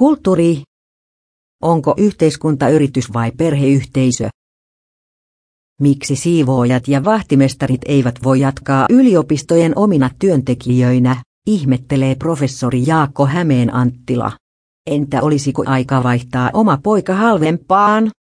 Kulttuuri. Onko yhteiskunta yritys vai perheyhteisö? Miksi siivoojat ja vahtimestarit eivät voi jatkaa yliopistojen omina työntekijöinä, ihmettelee professori Jaakko Hämeen Anttila. Entä olisiko aika vaihtaa oma poika halvempaan,